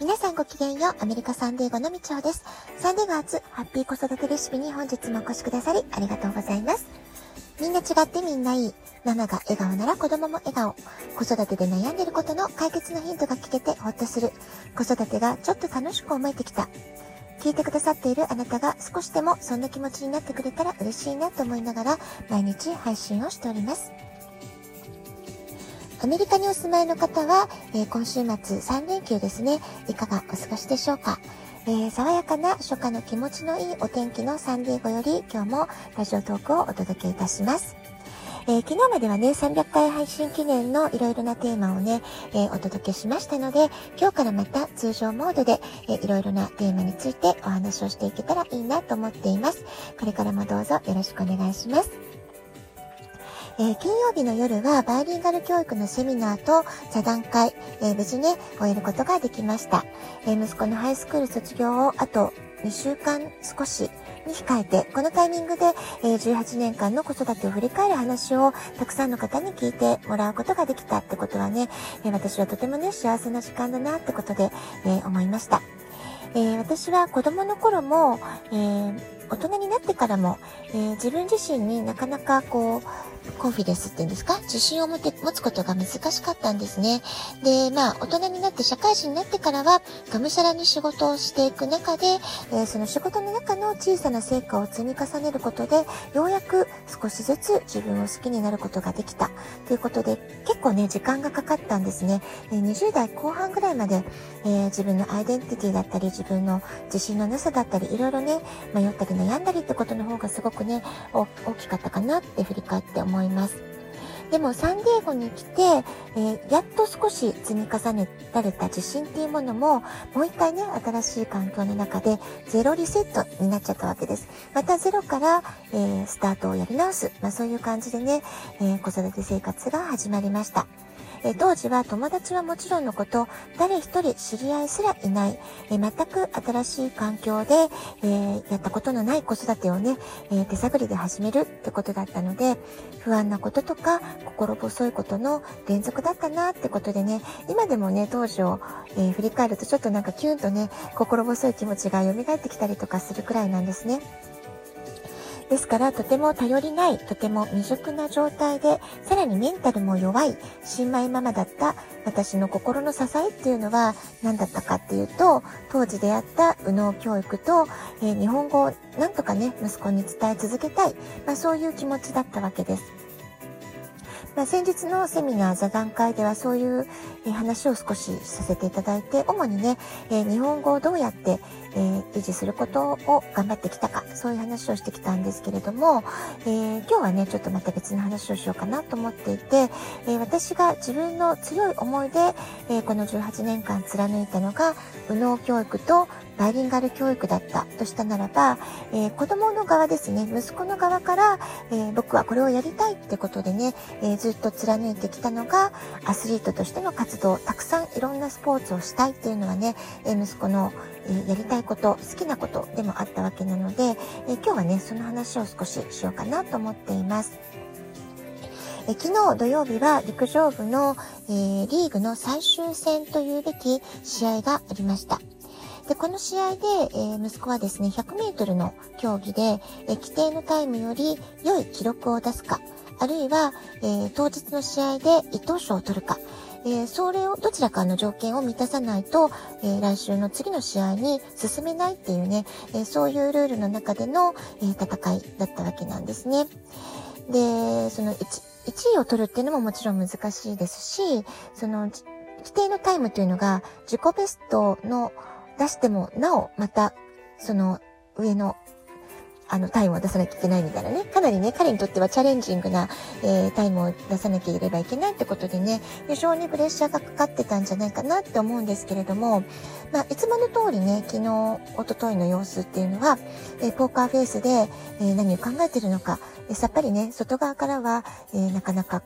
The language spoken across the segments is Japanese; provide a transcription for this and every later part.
皆さんごきげんよう。アメリカサンディエゴのみちほです。サンディエゴ発ハッピー子育てレシピに本日もお越しくださりありがとうございます。みんな違ってみんないい。ママが笑顔なら子供も笑顔。子育てで悩んでいることの解決のヒントが聞けてほっとする。子育てがちょっと楽しく思えてきた。聞いてくださっているあなたが少しでもそんな気持ちになってくれたら嬉しいなと思いながら毎日配信をしております。アメリカにお住まいの方は、今週末3連休ですね。いかがお過ごしでしょうか。爽やかな初夏の気持ちのいいお天気のサンディエゴより今日もラジオトークをお届けいたします。昨日まではね、300回配信記念のいろいろなテーマをね、お届けしましたので、今日からまた通常モードで、いろいろなテーマについてお話をしていけたらいいなと思っています。これからもどうぞよろしくお願いします。金曜日の夜はバイリンガル教育のセミナーと座談会、無事ね、終えることができました。息子のハイスクール卒業をあと2週間少しに控えて、このタイミングで、18年間の子育てを振り返る話をたくさんの方に聞いてもらうことができたってことはね、私はとてもね、幸せな時間だなってことで、思いました。私は子供の頃も、大人になってからも、自分自身になかなかコンフィデンスっていうんですか、自信を持つことが難しかったんですね。で、大人になって社会人になってからは、がむしゃらに仕事をしていく中で、その仕事の中の小さな成果を積み重ねることで、ようやく少しずつ自分を好きになることができた。ということで、結構ね、時間がかかったんですね。20代後半ぐらいまで、自分のアイデンティティだったり、自分の自信のなさだったり、いろいろね、迷ったり悩んだりってことの方がすごくね、大きかったかなって振り返って思います。でもサンディエゴに来て、やっと少し積み重ねられた自信っていうものも、もう一回ね、新しい環境の中でゼロリセットになっちゃったわけです。またゼロから、スタートをやり直す。そういう感じでね、子育て生活が始まりました。当時は友達はもちろんのこと、誰一人知り合いすらいない、全く新しい環境で、やったことのない子育てをね、手探りで始めるってことだったので、不安なこととか心細いことの連続だったなってことでね、今でもね、当時を、振り返るとちょっとなんかキュンとね、心細い気持ちが蘇ってきたりとかするくらいなんですね。ですから、とても頼りない、とても未熟な状態で、さらにメンタルも弱い、新米ママだった私の心の支えっていうのは何だったかっていうと、当時出会った右脳教育と、日本語をなんとかね、息子に伝え続けたい、そういう気持ちだったわけです。先日のセミナー座談会ではそういう話を少しさせていただいて、主にね、日本語をどうやって維持することを頑張ってきたか、そういう話をしてきたんですけれども、今日はね、ちょっとまた別の話をしようかなと思っていて、私が自分の強い思いで、この18年間貫いたのが、右脳教育とバイリンガル教育だったとしたならば、子供の側ですね、息子の側から、僕はこれをやりたいってことでね、ずっと貫いてきたのがアスリートとしての活動、たくさんいろんなスポーツをしたいっていうのはね、息子の、やりたいこと、好きなことでもあったわけなので、今日はね、その話を少ししようかなと思っています。昨日土曜日は陸上部の、リーグの最終戦というべき試合がありました。で、この試合で、息子はですね、100メートルの競技で、規定のタイムより良い記録を出すか、あるいは、当日の試合で1等賞を取るか、それをどちらかの条件を満たさないと、来週の次の試合に進めないっていうね、そういうルールの中での、戦いだったわけなんですね。で、その1位を取るっていうのももちろん難しいですし、その規定のタイムというのが自己ベストの出してもなおまたその上のタイムを出さなきゃいけないみたいなね。かなりね、彼にとってはチャレンジングな、タイムを出さなければいけないってことでね、非常にプレッシャーがかかってたんじゃないかなって思うんですけれども、いつもの通りね、昨日、一昨日の様子っていうのは、ポーカーフェイスで、何を考えてるのか、さっぱりね、外側からは、なかなか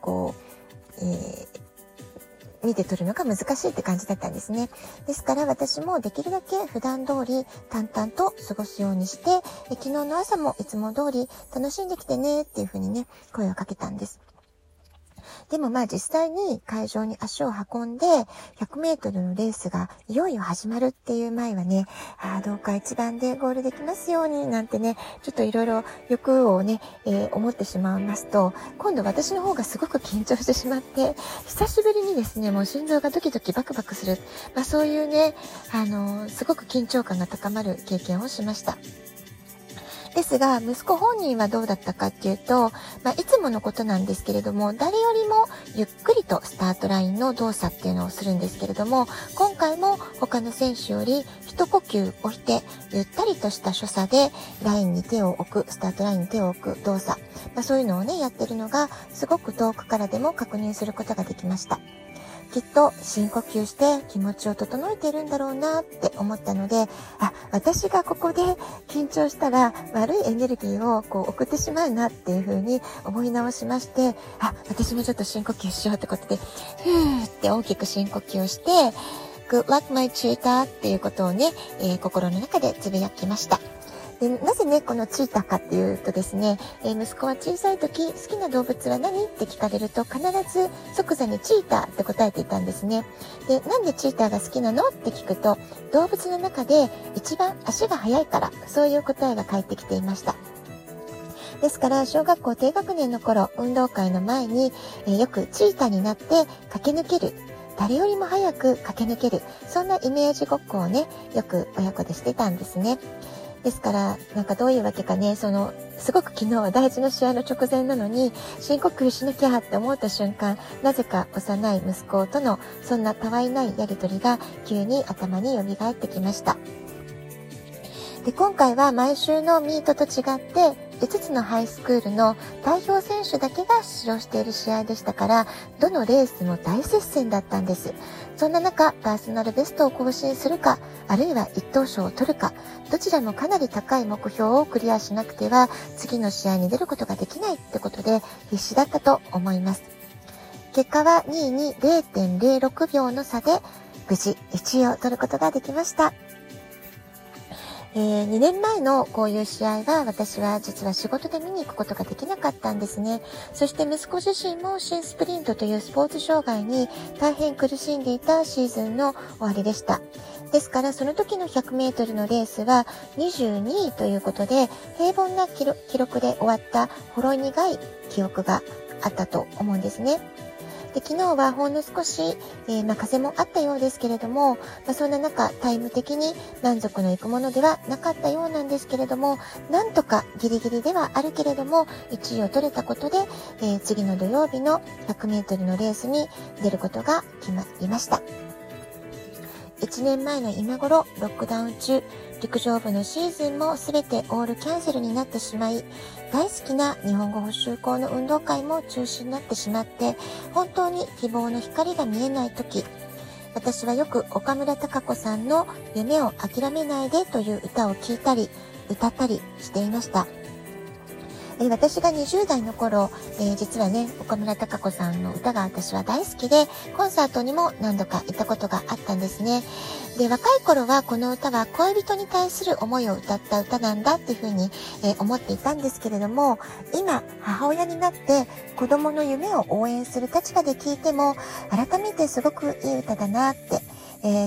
見て取るのが難しいって感じだったんですね。ですから私もできるだけ普段通り淡々と過ごすようにして、昨日の朝もいつも通り楽しんできてねっていうふうにね、声をかけたんです。 でも実際に会場に足を運んで、100メートルのレースがいよいよ始まるっていう前はね、どうか一番でゴールできますようになんてね、ちょっといろいろ欲をね、思ってしまいますと、今度私の方がすごく緊張してしまって、久しぶりにですね、もう心臓がドキドキバクバクする、そういうね、すごく緊張感が高まる経験をしました。ですが、息子本人はどうだったかっていうと、いつものことなんですけれども、誰よりもゆっくりとスタートラインの動作っていうのをするんですけれども、今回も他の選手より一呼吸置いて、ゆったりとした所作でラインに手を置く、スタートラインに手を置く動作、そういうのをね、やってるのが、すごく遠くからでも確認することができました。きっと深呼吸して気持ちを整えているんだろうなって思ったので、私がここで緊張したら悪いエネルギーを送ってしまうなっていう風に思い直しまして、私もちょっと深呼吸しようってことで、ふーって大きく深呼吸して、Good luck my cheetah っていうことをね、心の中でつぶやきました。で、なぜね、このチーターかっていうとですね、息子は小さい時、好きな動物は何って聞かれると必ず即座にチーターって答えていたんですね。で、なんでチーターが好きなのって聞くと、動物の中で一番足が速いから、そういう答えが返ってきていました。ですから、小学校低学年の頃、運動会の前に、よくチーターになって駆け抜ける。誰よりも早く駆け抜ける。そんなイメージごっこをね、よく親子でしてたんですね。ですから、どういうわけかね、すごく昨日は大事な試合の直前なのに、深呼吸しなきゃって思った瞬間、なぜか幼い息子との、そんなたわいないやりとりが急に頭に蘇ってきました。で、今回は毎週のミートと違って、5つのハイスクールの代表選手だけが出場している試合でしたから、どのレースも大接戦だったんです。そんな中、パーソナルベストを更新するか、あるいは一等賞を取るか、どちらもかなり高い目標をクリアしなくては、次の試合に出ることができないってことで必死だったと思います。結果は2位に 0.06 秒の差で、無事1位を取ることができました。2年前のこういう試合は私は実は仕事で見に行くことができなかったんですね。そして息子自身も新スプリントというスポーツ障害に大変苦しんでいたシーズンの終わりでした。ですからその時の100メートルのレースは22位ということで平凡な記録で終わったほろ苦い記憶があったと思うんですね。で、昨日はほんの少し、風もあったようですけれども、そんな中タイム的に満足のいくものではなかったようなんですけれども、なんとかギリギリではあるけれども1位を取れたことで、次の土曜日の100メートルのレースに出ることが決まりました。1年前の今頃、ロックダウン中、陸上部のシーズンもすべてオールキャンセルになってしまい、大好きな日本語補習校の運動会も中止になってしまって、本当に希望の光が見えない時、私はよく岡村孝子さんの夢を諦めないでという歌を聴いたり、歌ったりしていました。私が20代の頃、実はね、岡村孝子さんの歌が私は大好きで、コンサートにも何度か行ったことがあったんですね。で、若い頃はこの歌は恋人に対する思いを歌った歌なんだっていうふうに、思っていたんですけれども、今、母親になって子供の夢を応援する立場で聴いても、改めてすごくいい歌だなって、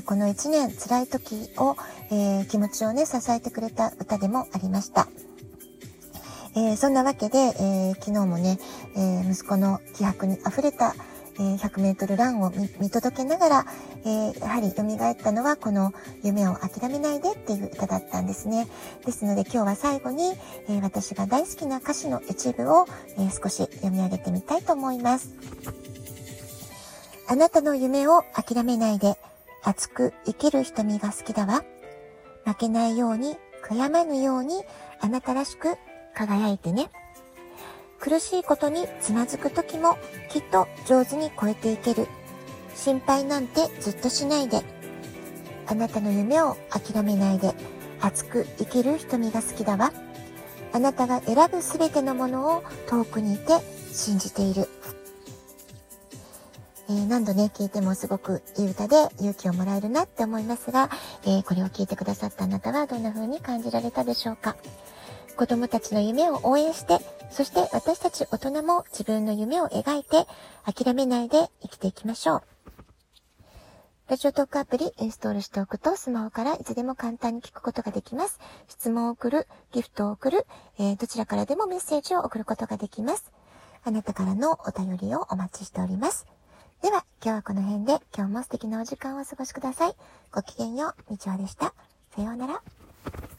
この1年辛い時を、気持ちをね、支えてくれた歌でもありました。そんなわけで、昨日もね、息子の気迫にあふれた、100メートルランを見届けながら、やはり蘇ったのはこの夢を諦めないでっていう歌だったんですね。ですので今日は最後に、私が大好きな歌詞の一部を、少し読み上げてみたいと思います。あなたの夢を諦めないで熱く生きる瞳が好きだわ。負けないように悔やまぬようにあなたらしく輝いてね。苦しいことにつまずく時もきっと上手に越えていける。心配なんてずっとしないで。あなたの夢を諦めないで熱く生きる瞳が好きだわ。あなたが選ぶすべてのものを遠くにいて信じている。何度ね聞いてもすごくいい歌で勇気をもらえるなって思いますが、これを聞いてくださったあなたはどんな風に感じられたでしょうか。 子供たちの夢を応援して、そして私たち大人も自分の夢を描いて、諦めないで生きていきましょう。ラジオトークアプリインストールしておくと、スマホからいつでも簡単に聞くことができます。質問を送る、ギフトを送る、どちらからでもメッセージを送ることができます。あなたからのお便りをお待ちしております。では、今日はこの辺で、今日も素敵なお時間をお過ごしください。ごきげんよう、みちおでした。さようなら。